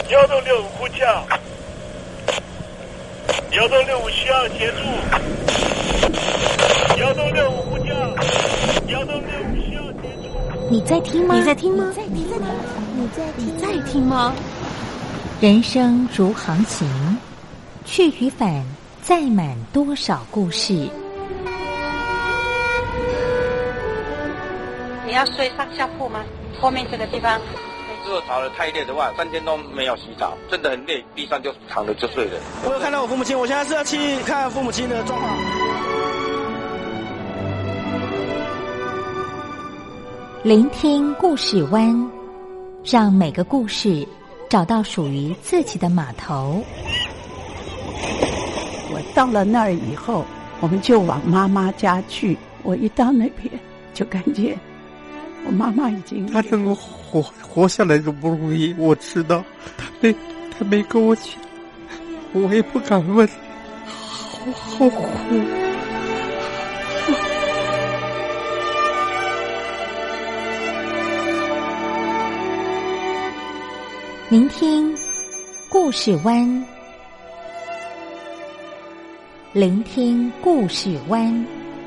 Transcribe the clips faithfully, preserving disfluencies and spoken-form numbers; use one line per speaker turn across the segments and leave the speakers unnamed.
幺洞六五呼叫，幺洞六五需要协助，幺洞六五呼叫，幺洞六五需要协助。
你在听吗？
你在听吗？
你在听吗？
你在你在听吗？
人生如航行，去与返，载满多少故事。
你要睡上下铺吗？后面这个地方。
如果吵得太累的话，三天都没有洗澡，真的很累，地上就躺着就睡了。
我有看到我父母亲，我现在是要去看父母亲的状况。
聆听故事湾，让每个故事找到属于自己的码头。
我到了那儿以后，我们就往妈妈家去。我一到那边，就感觉我妈妈已经
她能够活活下来都不容易，我知道，她没她没跟我讲，我也不敢问，好好苦。
聆听故事湾，聆听故事湾。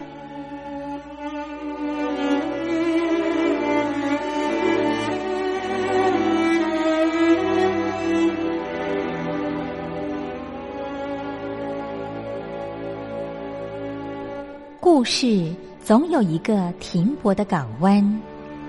故事总有一个停泊的港湾。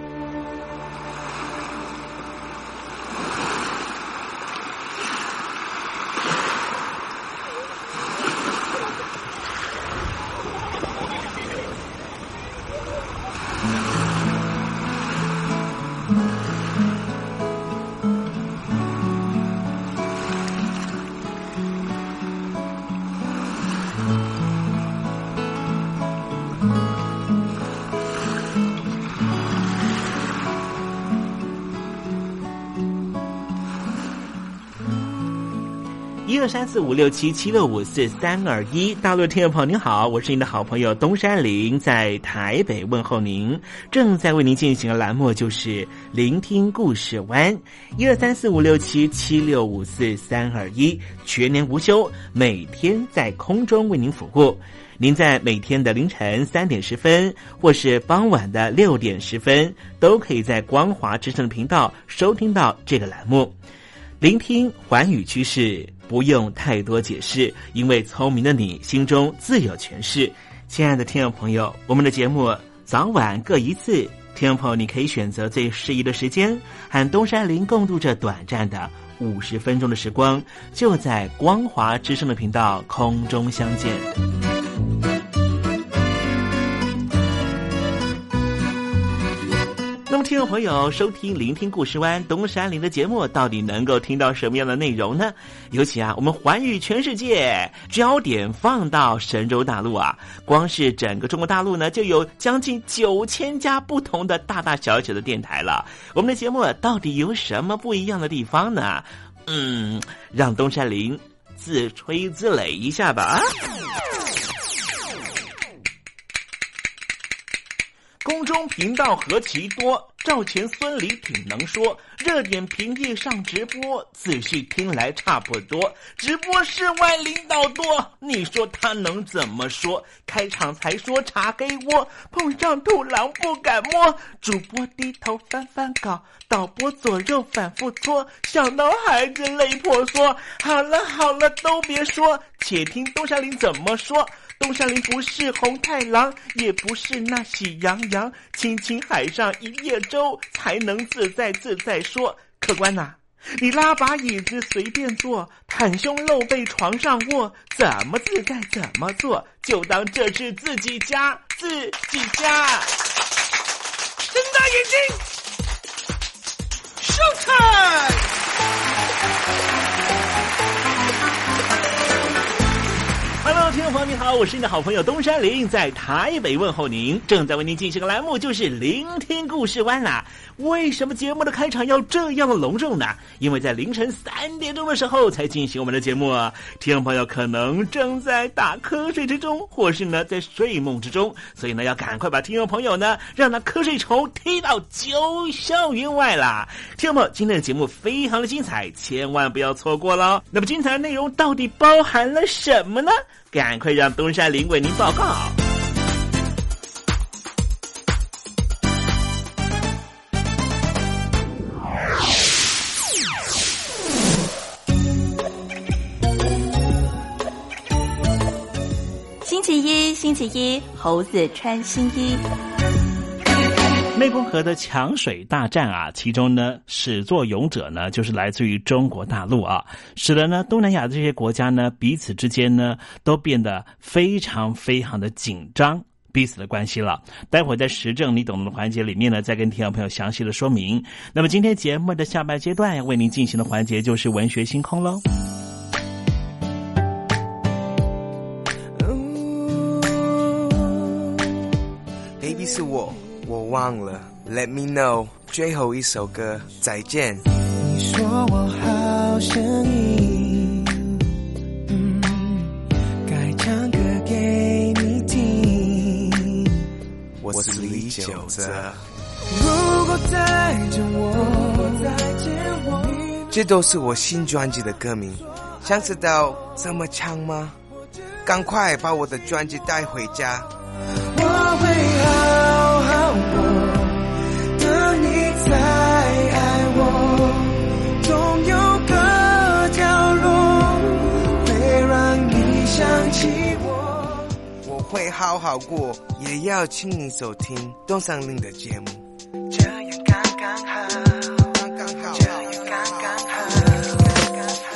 一二三四五六七七六五四三二一，大陆的听众朋友您好，我是您的好朋友东山林，在台北问候您。正在为您进行的栏目就是聆听故事湾，一二三四五六七七六五四三二一，全年无休，每天在空中为您服务。您在每天的凌晨三点十分，或是傍晚的六点十分，都可以在光华之声的频道收听到这个栏目。聆听寰宇趋势，不用太多解释，因为聪明的你心中自有诠释。亲爱的听众朋友，我们的节目早晚各一次，听众朋友你可以选择最适宜的时间，和东山林共度这短暂的五十分钟的时光，就在光华之声的频道空中相见。那么听众朋友收听聆听故事湾东山林的节目，到底能够听到什么样的内容呢？尤其啊，我们环宇全世界，焦点放到神州大陆啊，光是整个中国大陆呢，就有将近九千家不同的大大小小的电台了。我们的节目到底有什么不一样的地方呢？嗯，让东山林自吹自擂一下吧。空中频道何其多，赵钱孙李挺能说，热点平地上直播，仔细听来差不多。直播室外领导多，你说他能怎么说？开场才说茶黑窝，碰上土狼不敢摸。主播低头翻翻稿，导播左右反复搓，想到孩子泪婆娑。好了好了，都别说，且听东山林怎么说。东山林不是红太狼，也不是那喜羊羊，亲亲海上一叶舟，才能自在自在说。客官呐、啊，你拉把椅子随便坐，袒胸露背床上卧，怎么自在怎么做，就当这是自己家，自己家。睁大眼睛 ，Showtime！Hello， 听众众朋友你好，我是你的好朋友东山林，在台北问候您。正在为您进行的栏目就是聆听故事湾啦。为什么节目的开场要这样的隆重呢？因为在凌晨三点钟的时候才进行我们的节目啊。听众朋友可能正在打瞌睡之中，或是呢在睡梦之中，所以呢要赶快把听众朋友呢让那瞌睡虫踢到九霄云外啦。听众朋友，今天的节目非常的精彩，千万不要错过了。那么精彩的内容到底包含了什么呢？赶快让东山林为您报告。
星期一，星期一，猴子穿新衣。
湄公河的抢水大战啊，其中呢始作俑者呢就是来自于中国大陆啊，使得呢东南亚的这些国家呢彼此之间呢都变得非常非常的紧张彼此的关系了。待会儿在时政你懂的环节里面呢再跟听众朋友详细的说明。那么今天节目的下半阶段为您进行的环节就是文学星空咯。
Baby 是我我忘了 Let me know 最后一首歌再见。
你说我好声音、嗯、该唱歌给你听。
我是李玖哲。
如果再见我再见我，
这都是我新专辑的歌名，想知道怎么唱吗？赶快把我的专辑带回家。
我会好好过，等你再爱我，总有个角落会让你想起我。
我会好好过，也要请你收听东山林的节目。
这样刚刚好，刚刚好，这样刚刚好，刚刚好。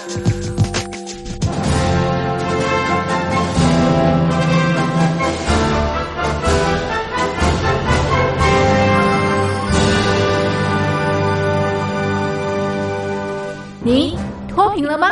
你脱贫了吗？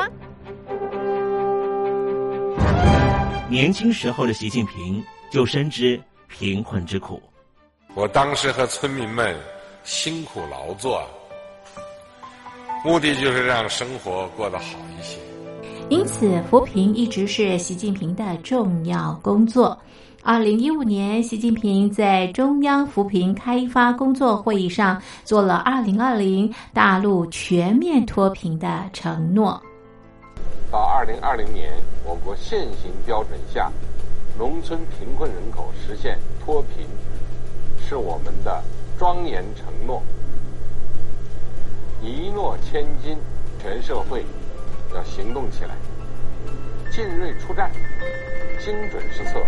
年轻时候的习近平就深知贫困之苦。
我当时和村民们辛苦劳作，目的就是让生活过得好一些。
因此扶贫一直是习近平的重要工作。二零一五年，习近平在中央扶贫开发工作会议上做了二零二零大陆全面脱贫的承诺。
到二零二零年，我国现行标准下，农村贫困人口实现脱贫，是我们的庄严承诺。一诺千金，全社会要行动起来，进锐出战，精准施策。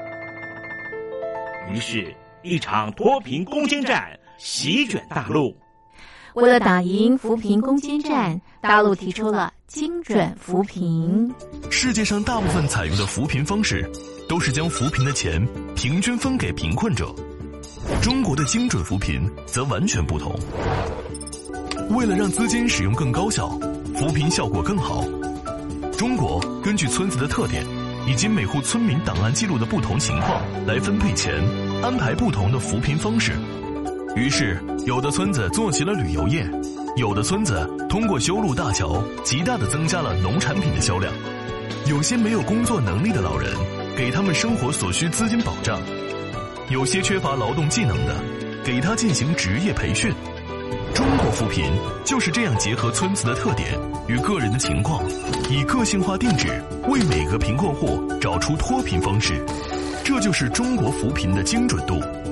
于是，一场脱贫攻坚战席卷大陆。
为了打赢扶贫攻坚战，大陆提出了精准扶贫。
世界上大部分采用的扶贫方式，都是将扶贫的钱平均分给贫困者。中国的精准扶贫则完全不同。为了让资金使用更高效，扶贫效果更好，中国根据村子的特点以及每户村民档案记录的不同情况来分配钱，安排不同的扶贫方式。于是有的村子做起了旅游业，有的村子通过修路大桥极大地增加了农产品的销量，有些没有工作能力的老人给他们生活所需资金保障，有些缺乏劳动技能的给他进行职业培训。中国扶贫就是这样结合村子的特点与个人的情况，以个性化定制为每个贫困户找出脱贫方式，这就是中国扶贫的精准度。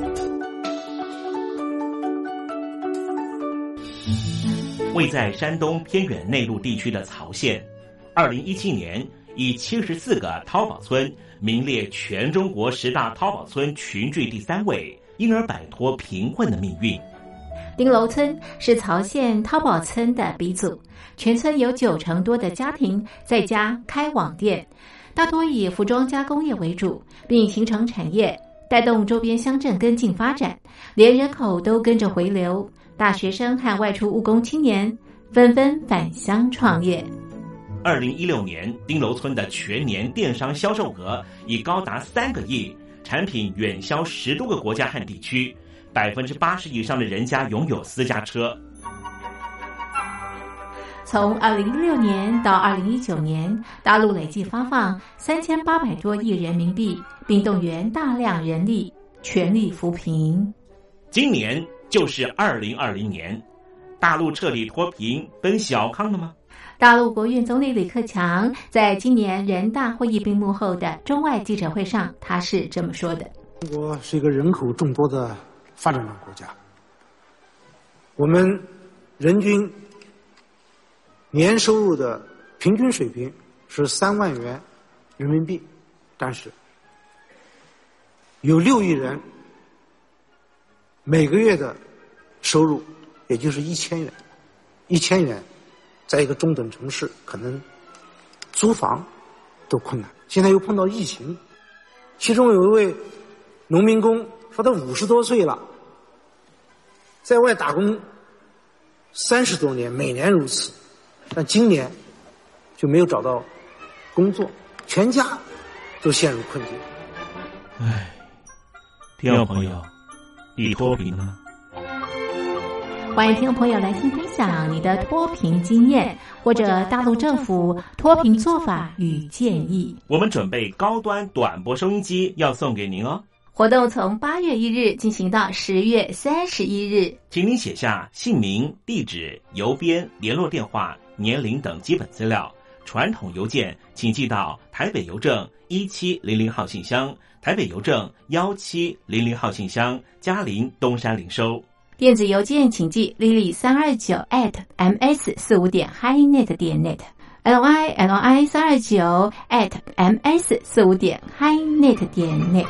位在山东偏远内陆地区的曹县，二零一七年以七十四个淘宝村名列全中国十大淘宝村群聚第三位，因而摆脱贫困的命运。
丁楼村是曹县淘宝村的鼻祖，全村有九成多的家庭在家开网店，大多以服装加工业为主，并形成产业，带动周边乡镇跟进发展，连人口都跟着回流，大学生和外出务工青年纷纷返乡创业。
二零一六年丁楼村的全年电商销售额已高达三个亿，产品远销十多个国家和地区，百分之八十以上的人家拥有私家车。
从二零一六年到二零一九年，大陆累计发放三千八百多亿人民币，并动员大量人力，全力扶贫。
今年就是二零二零年，大陆彻底脱贫奔小康了吗？
大陆国务院总理李克强在今年人大会议闭幕后的中外记者会上，他是这么说的：
中国是一个人口众多的发展中国家，我们人均年收入的平均水平是三万元人民币，但是有六亿人每个月的收入也就是一千元，一千元在一个中等城市可能租房都困难，现在又碰到疫情，其中有一位农民工说他五十多岁了，在外打工三十多年，每年如此，但今年就没有找到工作，全家都陷入困境。
唉，听众朋友，你脱贫了吗？
欢迎听众朋友来信分享你的脱贫经验，或者大陆政府脱贫做法与建议。
我们准备高端短波收音机要送给您哦。
活动从八月一日进行到十月三十一日，
请您写下姓名、地址、邮编、联络电话、年龄等基本资料。传统邮件请寄到台北邮政一七零零号信箱，台北邮政幺七零零号信箱，嘉陵东山零收。
电子邮件请寄 lily 三二九 at ms 四五点 highnet 点 net l y l y 三二九 at ms 四五点 highnet 点 net。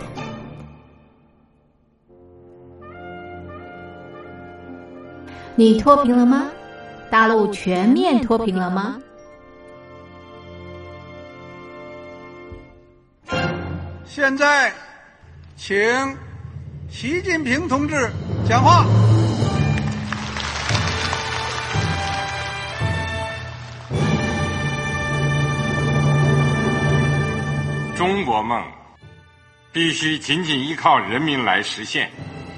你脱贫了吗？大陆全面脱贫了吗？
现在，请习近平同志讲话。
中国梦必须紧紧依靠人民来实现。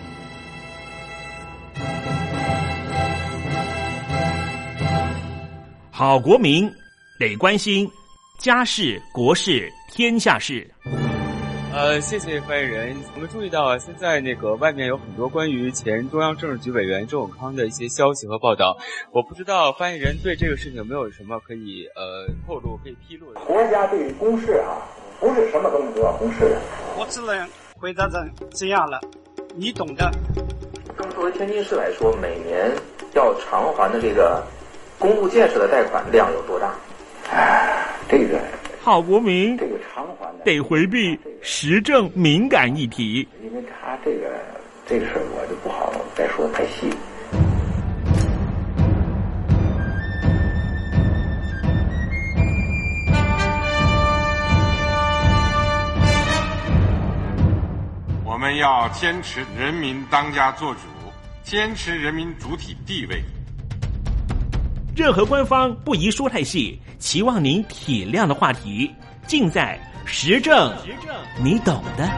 好国民得关心家事、国事、天下事。
呃，谢谢发言人。我们注意到啊，现在那个外面有很多关于前中央政治局委员周永康的一些消息和报道。我不知道发言人对这个事情有没有什么可以呃透露、可以披露的？
国家对于公事啊，不是什么东西都要公示的。
我只能回答成这样了，你懂的。
作为天津市来说，每年要偿还的这个公路建设的贷款量有多大？哎，这个
好国民
这个偿还的
得回避时政敏感议题，
因为他这个这个事儿我就不好再说的太细。
我们要坚持人民当家作主，坚持人民主体地位。
任何官方不宜说太细，期望您体谅的话题，尽在时政，你懂的。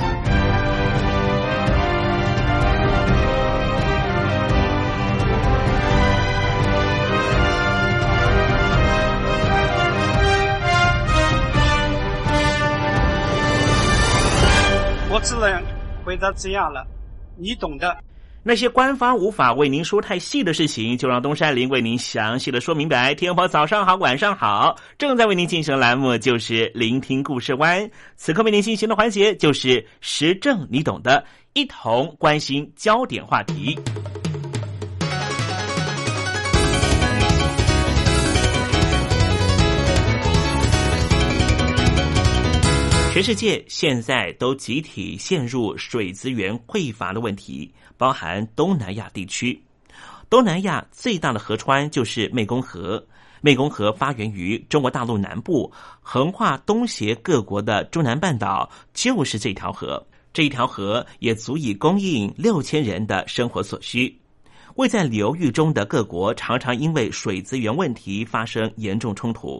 我只能回答这样了，你懂的。
那些官方无法为您说太细的事情，就让东山林为您详细的说明白。天婆早上好，晚上好，正在为您进行的栏目就是聆听故事湾，此刻为您进行的环节就是时政你懂的，一同关心焦点话题。全世界现在都集体陷入水资源匮乏的问题，包含东南亚地区。东南亚最大的河川就是湄公河，湄公河发源于中国大陆南部，横跨东协各国的中南半岛，就是这条河。这一条河也足以供应六千人的生活所需。位在流域中的各国常常因为水资源问题发生严重冲突。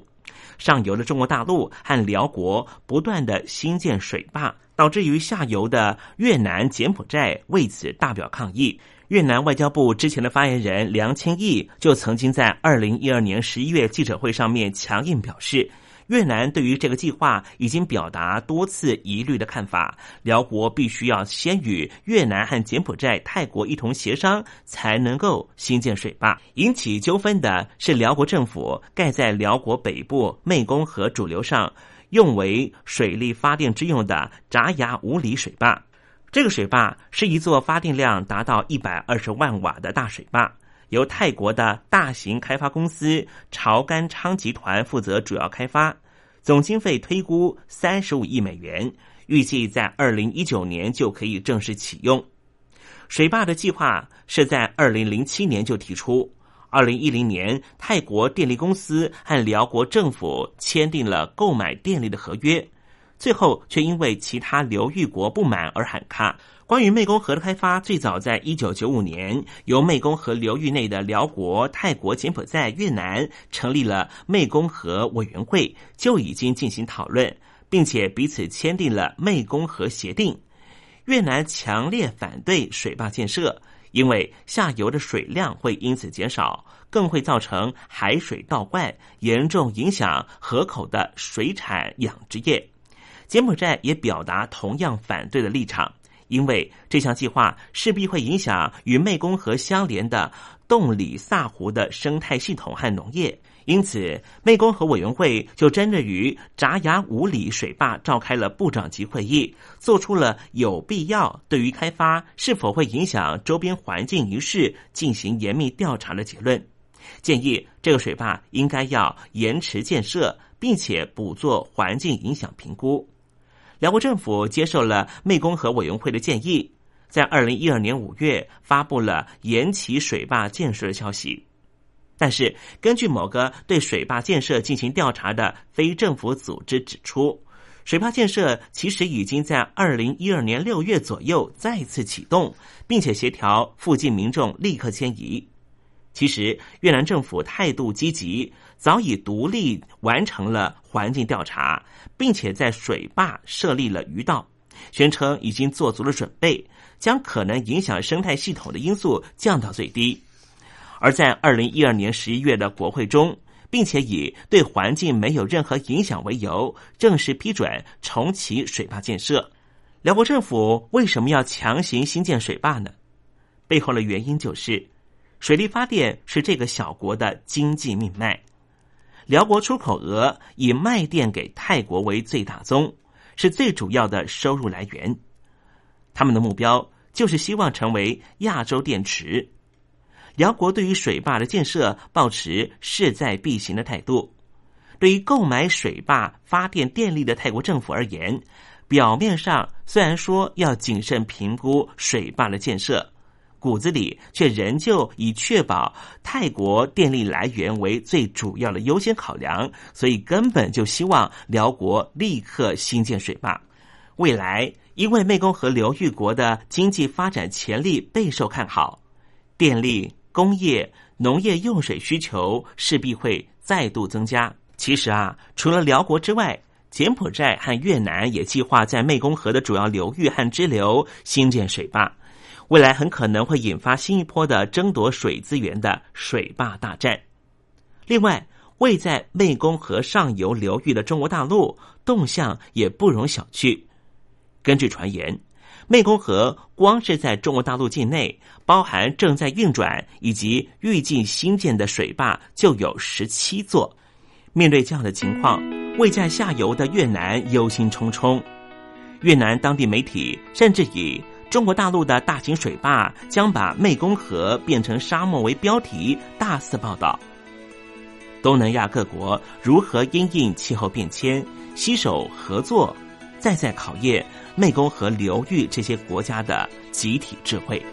上游的中国大陆和辽国不断的兴建水坝，导致于下游的越南、柬埔寨为此大表抗议。越南外交部之前的发言人梁清义就曾经在二零一二年十一月记者会上面强硬表示，越南对于这个计划已经表达多次疑虑的看法，辽国必须要先与越南和柬埔寨、泰国一同协商，才能够兴建水坝。引起纠纷的是辽国政府盖在辽国北部湄公河主流上，用为水力发电之用的闸牙五里水坝。这个水坝是一座发电量达到一百二十万瓦的大水坝，由泰国的大型开发公司潮干昌集团负责主要开发，总经费推估三十五亿美元，预计在二零一九年就可以正式启用。水坝的计划是在二零零七年就提出，二零一零年泰国电力公司和辽国政府签订了购买电力的合约，最后却因为其他流域国不满而喊卡。关于湄公河的开发，最早在一九九五年由湄公河流域内的辽国、泰国、柬埔寨、越南成立了湄公河委员会，就已经进行讨论，并且彼此签订了湄公河协定。越南强烈反对水坝建设，因为下游的水量会因此减少，更会造成海水倒灌，严重影响河口的水产养殖业。柬埔寨也表达同样反对的立场，因为这项计划势必会影响与湄公河相连的洞里萨湖的生态系统和农业，因此湄公河委员会就针对于闸牙五里水坝召开了部长级会议，做出了有必要对于开发是否会影响周边环境一事进行严密调查的结论，建议这个水坝应该要延迟建设，并且补做环境影响评估。辽国政府接受了湄公河委员会的建议，在二零一二年五月发布了延期水坝建设的消息。但是根据某个对水坝建设进行调查的非政府组织指出，水坝建设其实已经在二零一二年六月左右再次启动，并且协调附近民众立刻迁移。其实越南政府态度积极，早已独立完成了环境调查，并且在水坝设立了鱼道，宣称已经做足了准备，将可能影响生态系统的因素降到最低。而在二零一二年十一月的国会中，并且以对环境没有任何影响为由，正式批准重启水坝建设。辽国政府为什么要强行兴建水坝呢？背后的原因就是水力发电是这个小国的经济命脉。辽国出口额以卖电给泰国为最大宗，是最主要的收入来源。他们的目标就是希望成为亚洲电池。辽国对于水坝的建设抱持势在必行的态度。对于购买水坝发电电力的泰国政府而言，表面上虽然说要谨慎评估水坝的建设，骨子里却仍旧以确保泰国电力来源为最主要的优先考量，所以根本就希望辽国立刻兴建水坝。未来因为湄公河流域国的经济发展潜力备受看好，电力、工业、农业用水需求势必会再度增加。其实啊，除了辽国之外，柬埔寨和越南也计划在湄公河的主要流域和支流兴建水坝，未来很可能会引发新一波的争夺水资源的水坝大战。另外，位在湄公河上游流域的中国大陆动向也不容小觑。根据传言，湄公河光是在中国大陆境内，包含正在运转以及预计新建的水坝就有十七座。面对这样的情况，位在下游的越南忧心忡忡。越南当地媒体甚至以中国大陆的大型水坝将把湄公河变成沙漠为标题大肆报道。东南亚各国如何因应气候变迁，携手合作，再在考验湄公河流域这些国家的集体智慧。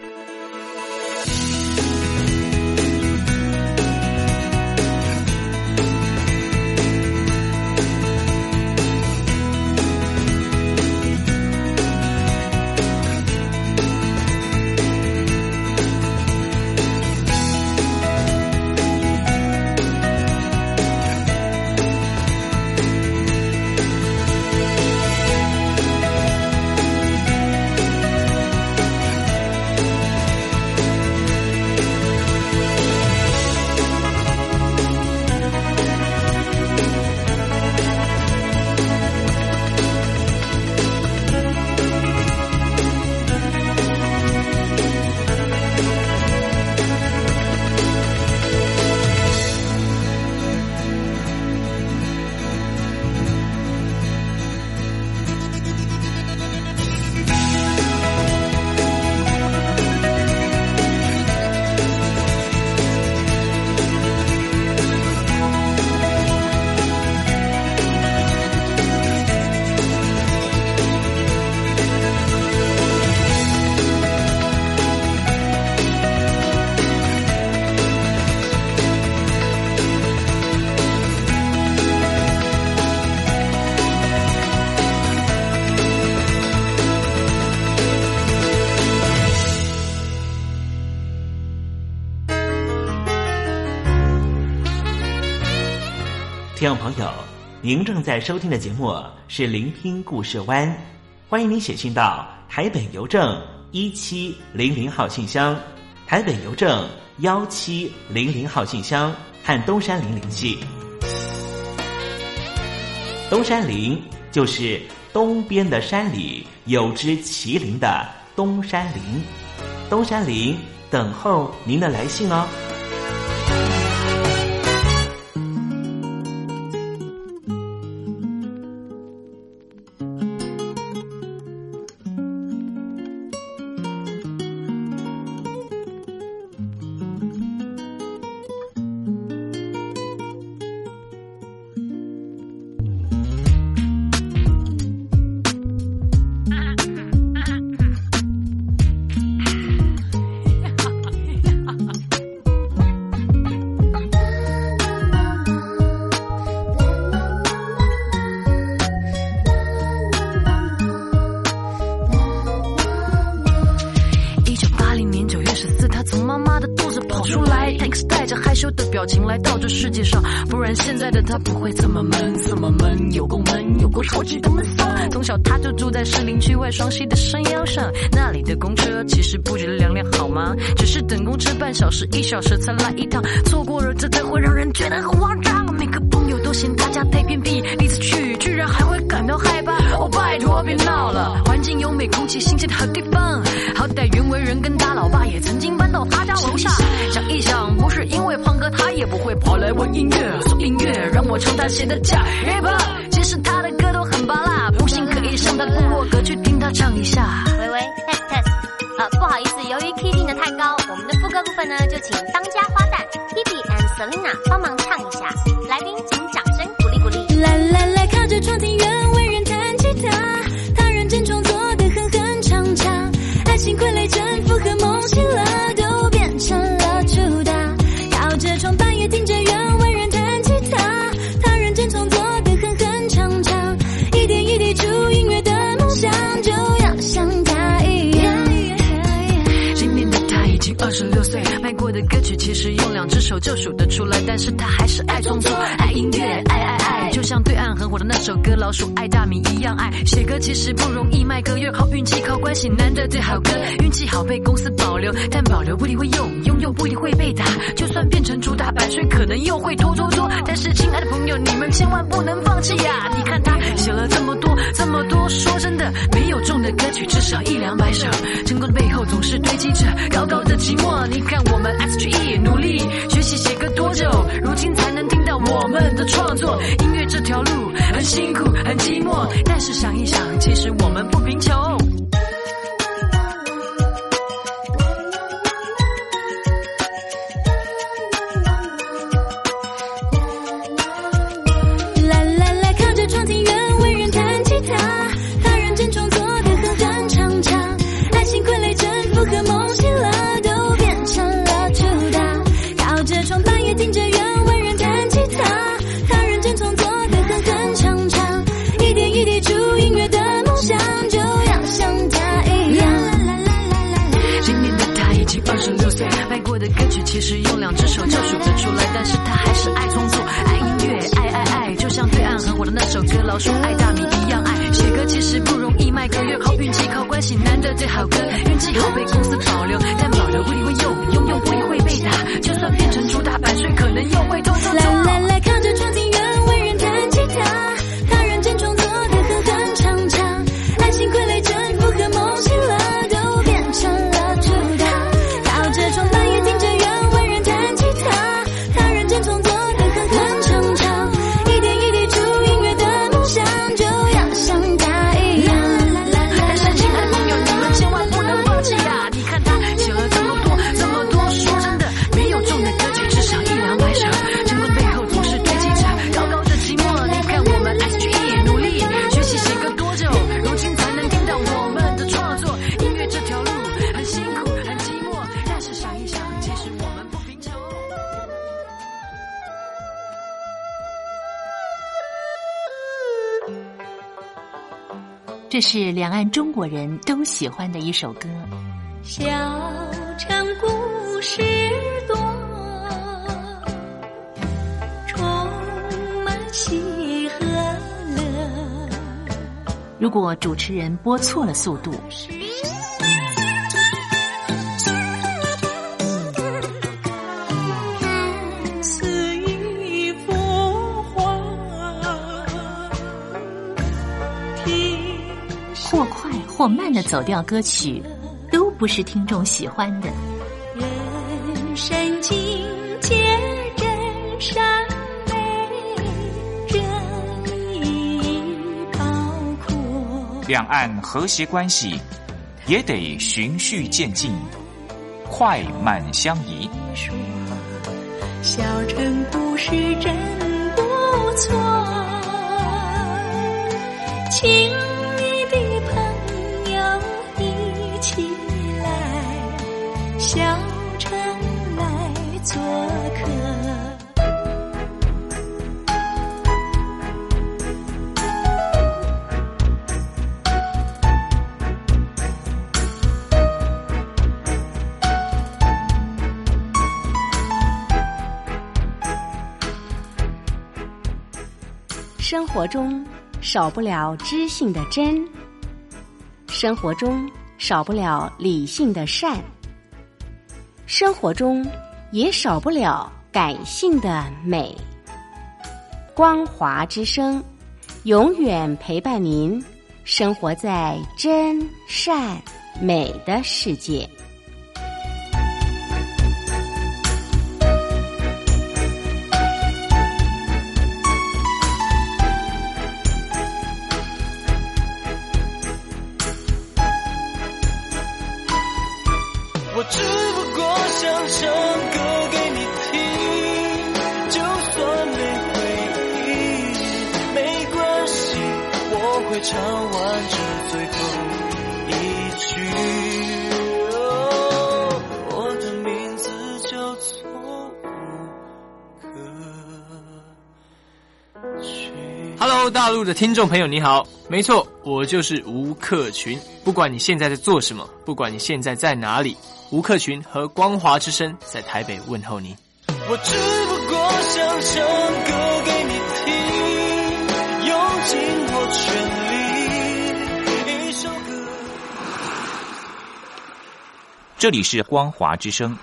听众朋友，您正在收听的节目是聆听故事湾，欢迎您写信到台北邮政一七零零号信箱，台北邮政一七零零号信箱和东山林联系。东山林就是东边的山里有只麒麟的东山林，东山林等候您的来信哦。
表情来到这世界上，不然现在的他不会这么闷，这么闷，有够闷，有够超级的闷骚。从小他就住在士林区外双溪的山腰上，那里的公车其实不止两辆好吗？只是等公车半小时一小时才来一趟，错过了真的会让人觉得很慌张。每个朋友都嫌他家太偏僻，第一次去居然还会感到害怕。哦，拜托别闹了，环境优美，空气新鲜的好地方。好歹袁惟仁跟他老爸也曾经搬到他家楼下。想一想，不是因为胖哥他也不会跑来问音乐，说音乐让我唱他写的假 hip hop， 其实他的歌都很拔辣，不信可以上他部落格去听他唱一下。
喂喂 test test， 呃不好意思，由于 key 定的太高，我们的副歌部分呢就请当家花旦 Hebe and Selina 帮忙唱一下，来宾请掌声鼓励鼓励。
来来来，靠着窗听袁惟仁弹吉他，他认真创作的哼哼唱唱，爱情傀儡征服和梦醒了都变成了主打，靠着窗半夜听着袁惟仁弹吉他，他认真创作的哼哼唱唱，一点一滴出音乐的梦想就要像他一样。
今年的他已经二十六岁，卖过的歌曲其实用两只手就数得出来，但是他还是爱创作，爱音乐，爱爱爱，就像对岸很火的那首歌《老鼠爱大米》一样爱。写歌其实不容易，卖歌越靠运气，靠关系，难得的好歌，运气好被公司保留，但保留不一定会用，拥有不一定会被打，就算变成主打版税，可能又会拖拖拖。但是亲爱的朋友，你们千万不能放弃呀！你看他写了这么多这么多，说真的，没有中的歌曲至少一两百首，成功的背后总是堆积着高高的寂寞。你看我们 S G E 努力学习写歌多久，如今才能听到我们的创作。音乐这条路很辛苦很寂寞，但是想一想，其实我们不贫穷。
来来来，靠着窗听袁惟仁弹吉他，他认真创作的哼哼唱唱，爱情傀儡征服和梦醒了都变成了主打，靠着窗半夜听着袁惟仁弹吉他，他认真创作的哼哼唱唱，一点一滴出音乐的梦想就要像他一样。
今年的他已经二十六岁，卖过的歌曲其实用两只手就数得出来，但是他还是爱创作，爱音乐，爱爱爱，就像对岸很火的那首歌《老鼠爱大米》一样爱。写歌其实不容易，卖歌越靠运气，靠关系，难得的好歌，运气好被公司保留，但保留不一定会用，拥有不一定会被打，就算变成主打版税，可能又会拖拖拖。
来来来，靠着窗听袁惟仁弹吉他，他认真创作的哼哼唱唱，爱情傀儡征服和梦醒了都变成了主打，靠着窗半夜听着袁惟仁弹吉他，他认真创作的哼哼唱唱，一点一滴出音乐的梦想就要像他一样。
但是亲爱的朋友，你们千万不能放弃呀！你看他写了这么多这么多，说真的，没有中的歌曲至少一两百首，成功背后总是堆积着高高的寂寞。你看我们 S G E 努力学习写歌多久，如今才能听到我们的创作。音乐这条路很辛苦很寂寞，但是想一想，其实我们不贫穷。
这是两岸中国人都喜欢的一首歌。
小城故事多，充满
如果主持人播错了速度，或快或慢的走调歌曲，都不是听众喜欢的。
人生境界真善美，真意包括。
两岸和谐关系也得循序渐进，快慢相宜。
小城故事真不错，请你的朋友一起来，小城来做客。
生活中少不了知性的真，生活中少不了理性的善，生活中也少不了感性的美。光华之声永远陪伴您，生活在真善美的世界。
我只不过想唱歌给你听，就算没回应没关系，我会唱完这最后一句。哦，我的名字叫做吴克群。
Hello， 大陆的听众朋友你好，没错，我就是吴克群。不管你现在在做什么，不管你现在在哪里，吴克群和光华之声在台北问候您。
我只不过想唱歌给你听，用尽我全力，一首歌。
这里是光华之声。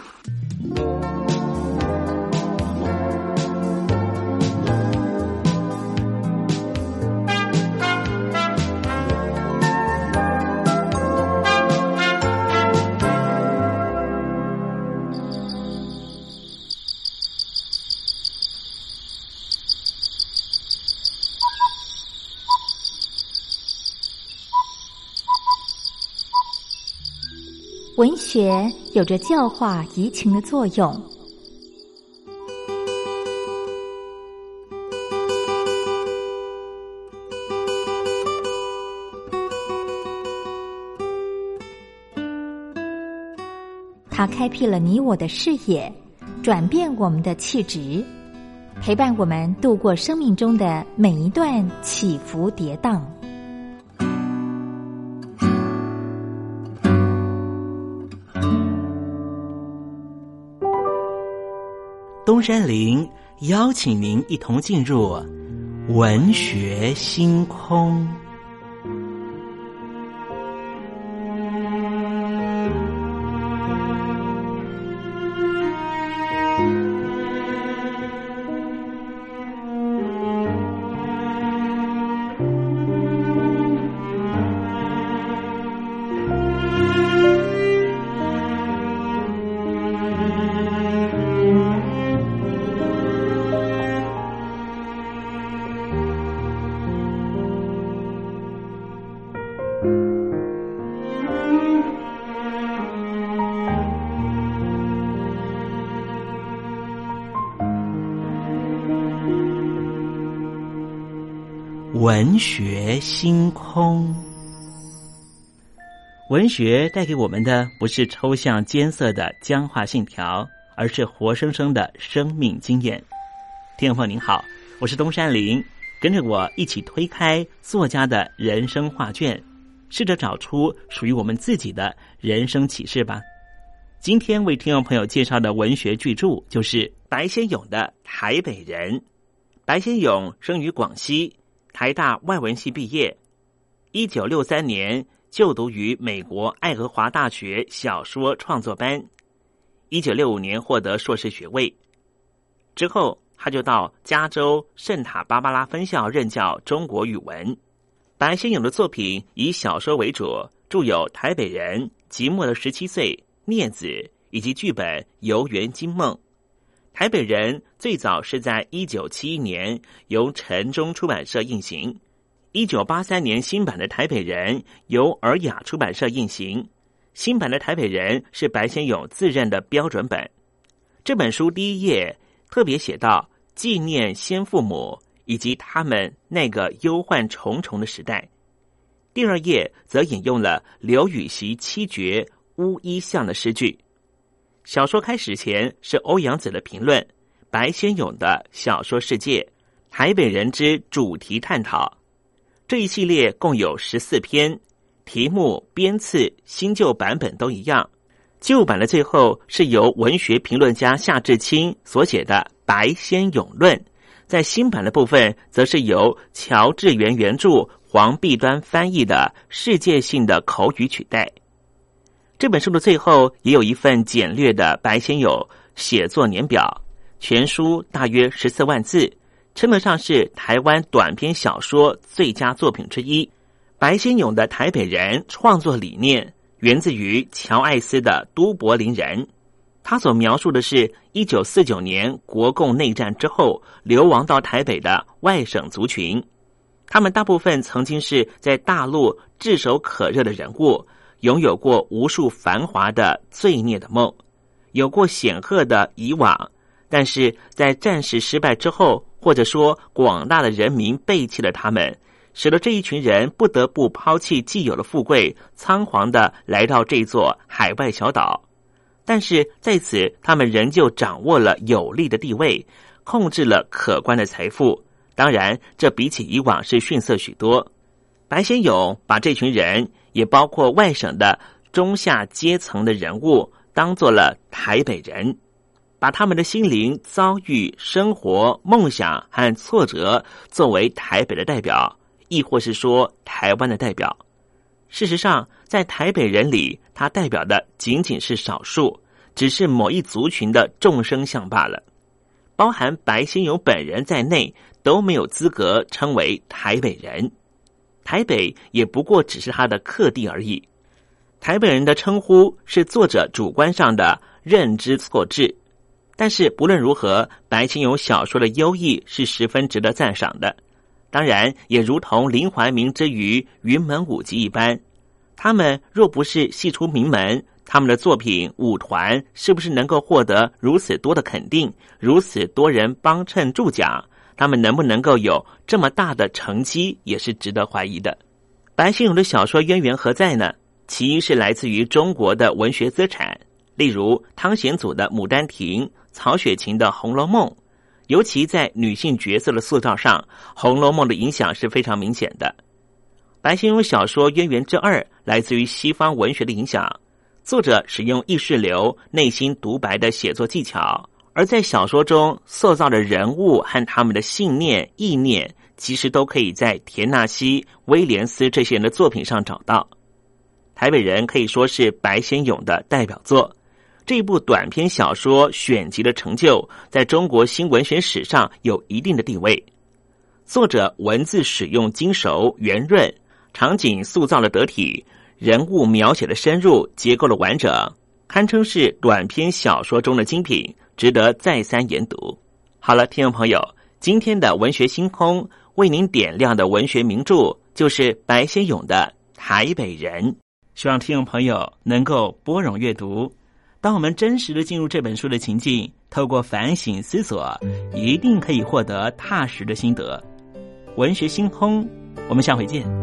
文学有着教化怡情的作用，它开辟了你我的视野，转变我们的气质，陪伴我们度过生命中的每一段起伏跌宕。
东山林邀请您一同进入文学星空。文学星空，文学带给我们的不是抽象艰涩的僵化信条，而是活生生的生命经验。听众朋友您好，我是东山林，跟着我一起推开作家的人生画卷，试着找出属于我们自己的人生启示吧。今天为听众朋友介绍的文学巨著就是白先勇的《台北人》。白先勇生于广西，台大外文系毕业， 一九六三年就读于美国爱荷华大学小说创作班，一九六五年获得硕士学位。之后他就到加州圣塔芭芭拉分校任教中国语文。白先勇的作品以小说为主，著有《台北人》、《寂寞的十七岁》、《镊子》以及剧本《游园惊梦》。《台北人》最早是在一九七一年由城中出版社印行，一九八三年新版的《台北人》由尔雅出版社印行。新版的《台北人》是白先勇自认的标准本。这本书第一页特别写到纪念先父母以及他们那个忧患重重的时代。第二页则引用了刘禹锡七绝乌衣巷的诗句。小说开始前是欧阳子的评论，白先勇的小说世界，台北人之主题探讨。这一系列共有十四篇，题目编次新旧版本都一样。旧版的最后是由文学评论家夏志清所写的《白先勇论》，在新版的部分则是由乔致元原著、黄碧端翻译的世界性的口语取代。这本书的最后也有一份简略的白先勇写作年表，全书大约十四万字，称得上是台湾短篇小说最佳作品之一。白先勇的台北人创作理念源自于乔艾斯的都柏林人，他所描述的是一九四九年国共内战之后流亡到台北的外省族群，他们大部分曾经是在大陆炙手可热的人物，拥有过无数繁华的罪孽的梦，有过显赫的以往，但是在战事失败之后，或者说广大的人民背弃了他们，使得这一群人不得不抛弃既有的富贵，仓皇地来到这座海外小岛。但是在此，他们仍旧掌握了有利的地位，控制了可观的财富。当然，这比起以往是逊色许多。白先勇把这群人，也包括外省的中下阶层的人物，当作了台北人，把他们的心灵、遭遇、生活、梦想和挫折作为台北的代表，亦或是说台湾的代表。事实上，在台北人里，他代表的仅仅是少数，只是某一族群的众生相罢了。包含白先勇本人在内，都没有资格称为台北人。台北也不过只是他的客地而已。台北人的称呼是作者主观上的认知错置，但是不论如何，白先勇小说的优异是十分值得赞赏的。当然，也如同林怀民之于云门舞集一般，他们若不是系出名门，他们的作品舞团是不是能够获得如此多的肯定，如此多人帮衬助讲，他们能不能够有这么大的成绩，也是值得怀疑的。白先勇的小说渊源何在呢？其一是来自于中国的文学资产，例如汤显祖的《牡丹亭》，曹雪芹的《红楼梦》，尤其在女性角色的塑造上，《红楼梦》的影响是非常明显的。白先勇小说渊源之二来自于西方文学的影响，作者使用意识流、内心独白的写作技巧，而在小说中塑造的人物和他们的信念、意念，其实都可以在田纳西、威廉斯这些人的作品上找到。台北人可以说是白先勇的代表作，这部短篇小说选集的成就，在中国新文学史上有一定的地位。作者文字使用精熟圆润，场景塑造的得体，人物描写的深入，结构的完整，堪称是短篇小说中的精品，值得再三研读。好了，听众朋友，今天的文学星空为您点亮的文学名著就是白先勇的《台北人》，希望听众朋友能够拨冗阅读。当我们真实的进入这本书的情境，透过反省思索，一定可以获得踏实的心得。文学星空，我们下回见。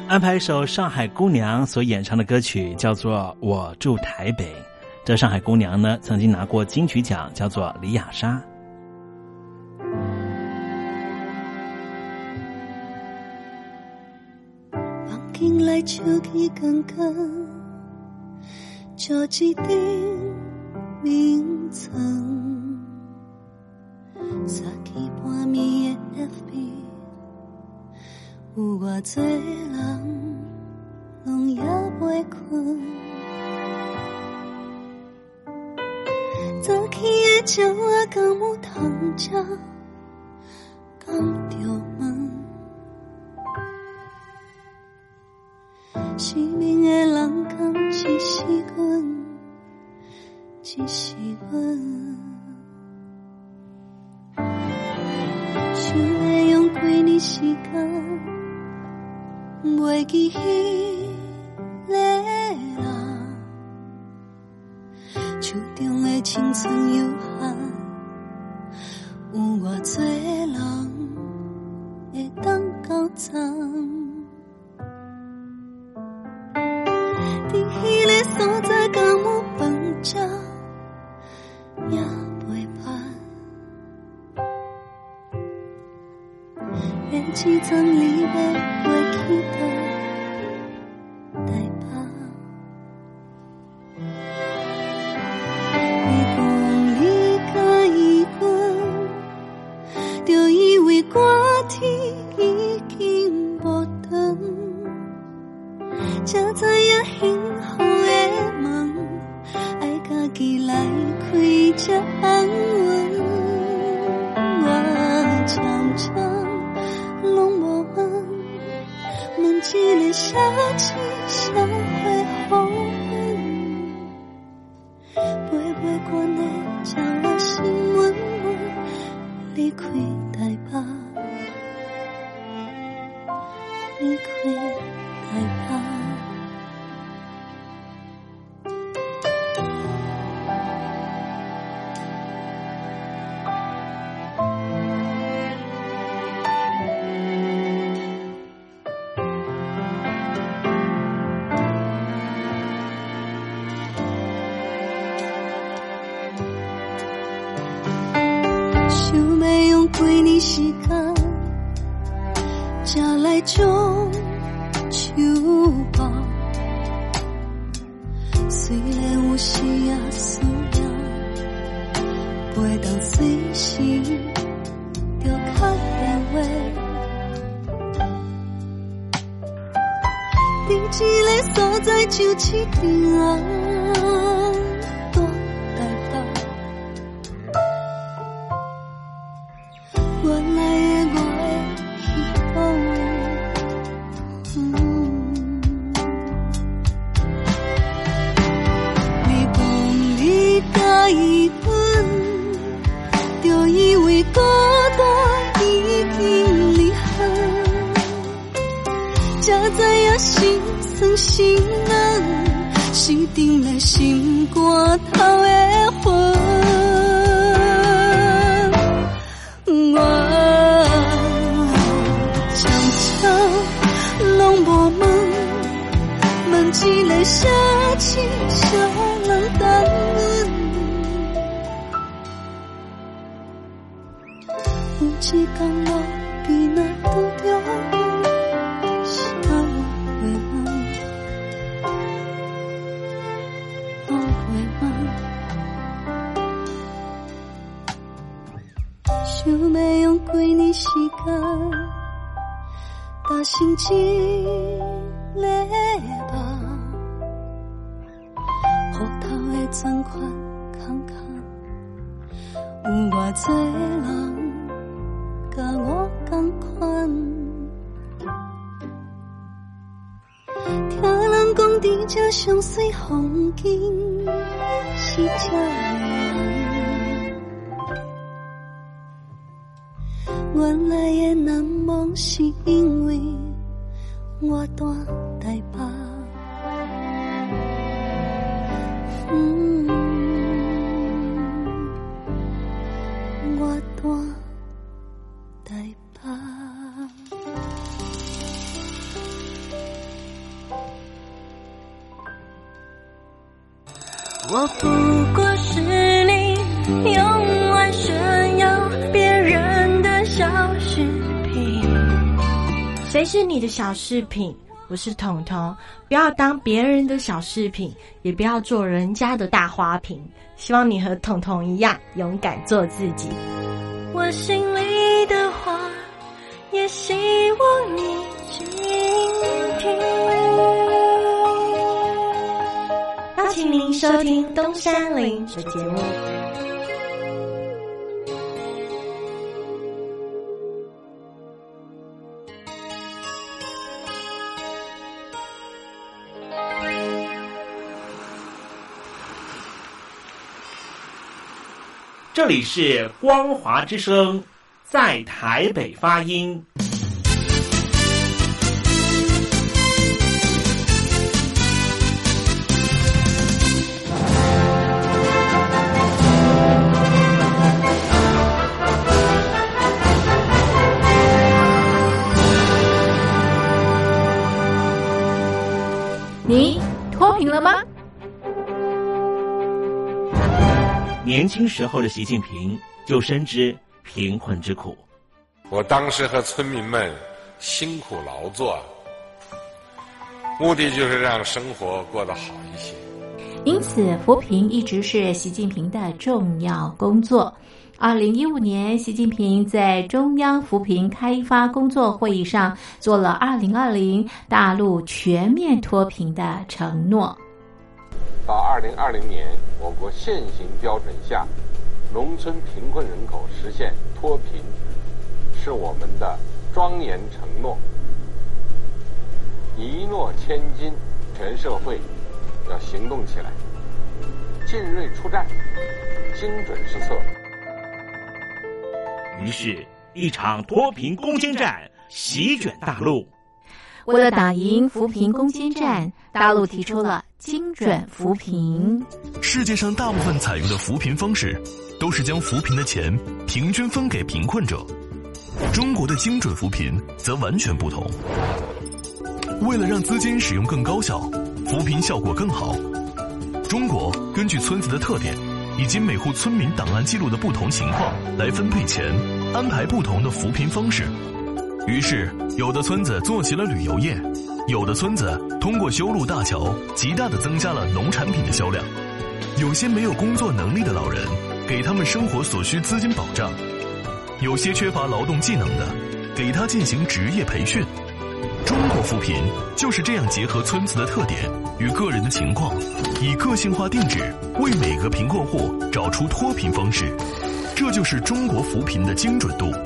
安排一首上海姑娘所演唱的歌曲，叫做《我住台北》。这上海姑娘呢，曾经拿过金曲奖，叫做李雅莎。
望进来手机光光，照一顶眠床，早起半暝的 F B。有偌多人，拢也袂困。早起的鸟仔敢有通食，敢着问？失眠的人敢只是阮，只是阮？想要用几年时间。袂记迄个人，手中的青春有限，有偌多人会当到站？伫迄个所在，敢有饭食，也陪伴？连一阵离别。期待台北，你讲你介意阮，就以为我天已经无长，才知影幸福的梦，爱家己来开才安稳。我常常拢无问。一个小气社会风云，陪陪关的鸟仔心温温，离开台北，离开台北。几年时间，才来种手包。虽然有时也思念，袂当随时就打电话。伫一个所在就一定啊。心人是顶在心肝头的魂，我常常拢无问，问一个小气小人等阮，有一天路边仔拄着想要用几年时间，达成一个梦，户头的存款空空，有偌多人甲我同款。听人讲，伫这上水风景是这样。原来的难忘是因为我住台北，嗯，我住台北。 我不过是你用来炫耀别人的小饰品。
谁是你的小饰品？我是彤彤，不要当别人的小饰品，也不要做人家的大花瓶。希望你和彤彤一样，勇敢做自己。
我心里的话，也希望你倾听。
邀请您收听东山林的节目。
这里是光华之声，在台北发音。
你脱贫了吗？
年轻时候的习近平就深知贫困之苦。
我当时和村民们辛苦劳作，目的就是让生活过得好一些。
因此，扶贫一直是习近平的重要工作。二零一五年，习近平在中央扶贫开发工作会议上做了二零二零大陆全面脱贫的承诺。
到二零二零年，我国现行标准下，农村贫困人口实现脱贫，是我们的庄严承诺。一诺千金，全社会要行动起来，进锐出战，精准施策。
于是，一场脱贫攻坚战席卷大陆。
为了打赢扶贫攻坚战，大陆提出了精准扶贫。
世界上大部分采用的扶贫方式，都是将扶贫的钱平均分给贫困者。中国的精准扶贫则完全不同。为了让资金使用更高效，扶贫效果更好，中国根据村子的特点以及每户村民档案记录的不同情况来分配钱，安排不同的扶贫方式。于是，有的村子做起了旅游业，有的村子通过修路大桥，极大地增加了农产品的销量。有些没有工作能力的老人，给他们生活所需资金保障；有些缺乏劳动技能的，给他进行职业培训。中国扶贫就是这样结合村子的特点与个人的情况，以个性化定制为每个贫困户找出脱贫方式。这就是中国扶贫的精准度。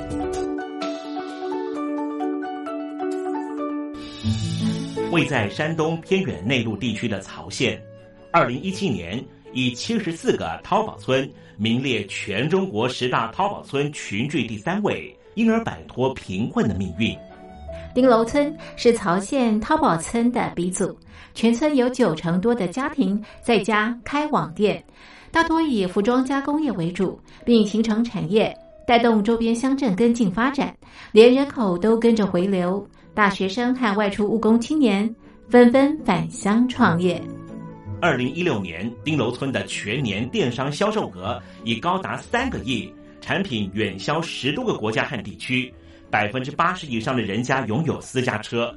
位在山东偏远内陆地区的曹县，二零一七年以七十四个淘宝村名列全中国十大淘宝村群聚第三位，因而摆脱贫困的命运。
丁楼村是曹县淘宝村的鼻祖，全村有九成多的家庭在家开网店，大多以服装加工业为主，并形成产业，带动周边乡镇跟进发展，连人口都跟着回流。大学生和外出务工青年纷纷返乡创业。
二零一六年，丁楼村的全年电商销售额已高达三个亿，产品远销十多个国家和地区，百分之八十以上的人家拥有私家车。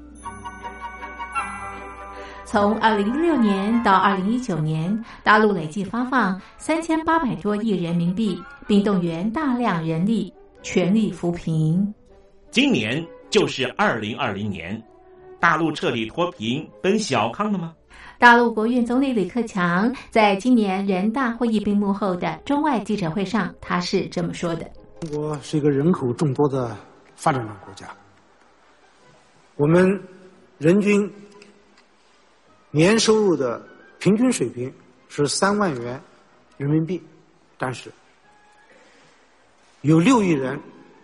从二零一六年到二零一九年，大陆累计发放三千八百多亿人民币，并动员大量人力，全力扶贫。
今年就是二零二零年，大陆彻底脱贫奔小康了吗？
大陆国务院总理李克强在今年人大会议闭幕后的中外记者会上，他是这么说的：
中国是一个人口众多的发展中国家，我们人均年收入的平均水平是三万元人民币，但是有六亿人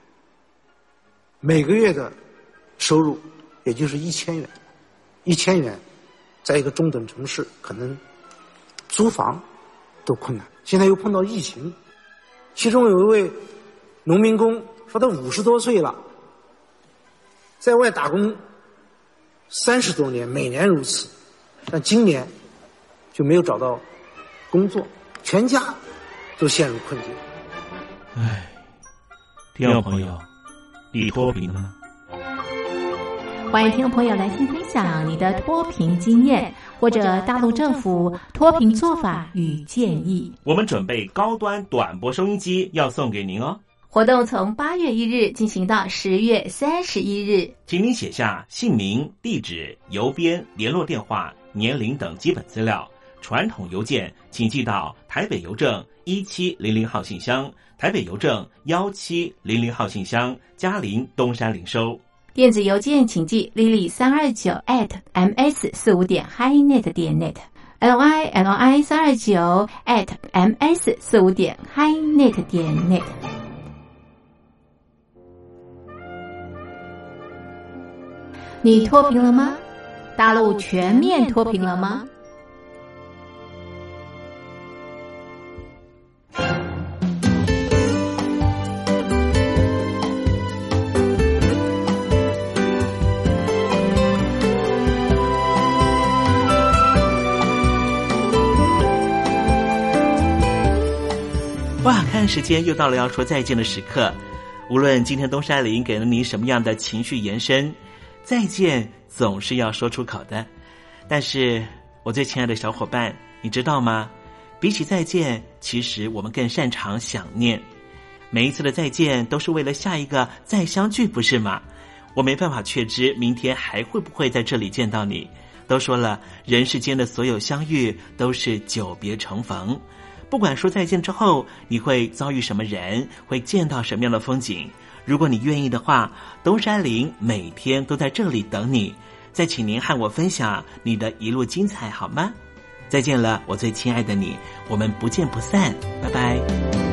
每个月的收入也就是一千元，一千元在一个中等城市可能租房都困难。现在又碰到疫情，其中有一位农民工说他五十多岁了，在外打工三十多年，每年如此，但今年就没有找到工作，全家都陷入困境。
唉，听众朋友，你脱贫了吗？
欢迎听众朋友来信分享你的脱贫经验，或者大陆政府脱贫做法与建议。
我们准备高端短波收音机要送给您哦。
活动从八月一日进行到十月三十一日，
请您写下姓名、地址、邮编、联络电话、年龄等基本资料。传统邮件请寄到台北邮政一七零零号信箱，台北邮政一七零零号信箱，嘉陵东山零收。
电子邮件请寄 lily 三二九 at ms 四五点 highnet 点 net l i l i 三二九 at ms 四五点 highnet 点 net。你脱贫了吗？大陆全面脱贫了吗？
哇，看时间又到了要说再见的时刻。无论今天东山林给了你什么样的情绪延伸，再见总是要说出口的。但是我最亲爱的小伙伴，你知道吗？比起再见，其实我们更擅长想念。每一次的再见都是为了下一个再相聚，不是吗？我没办法确知明天还会不会在这里见到你。都说了，人世间的所有相遇都是久别重逢。不管说再见之后你会遭遇什么人，会见到什么样的风景，如果你愿意的话，东山林每天都在这里等你，再请您和我分享你的一路精彩好吗？再见了，我最亲爱的你，我们不见不散，拜拜。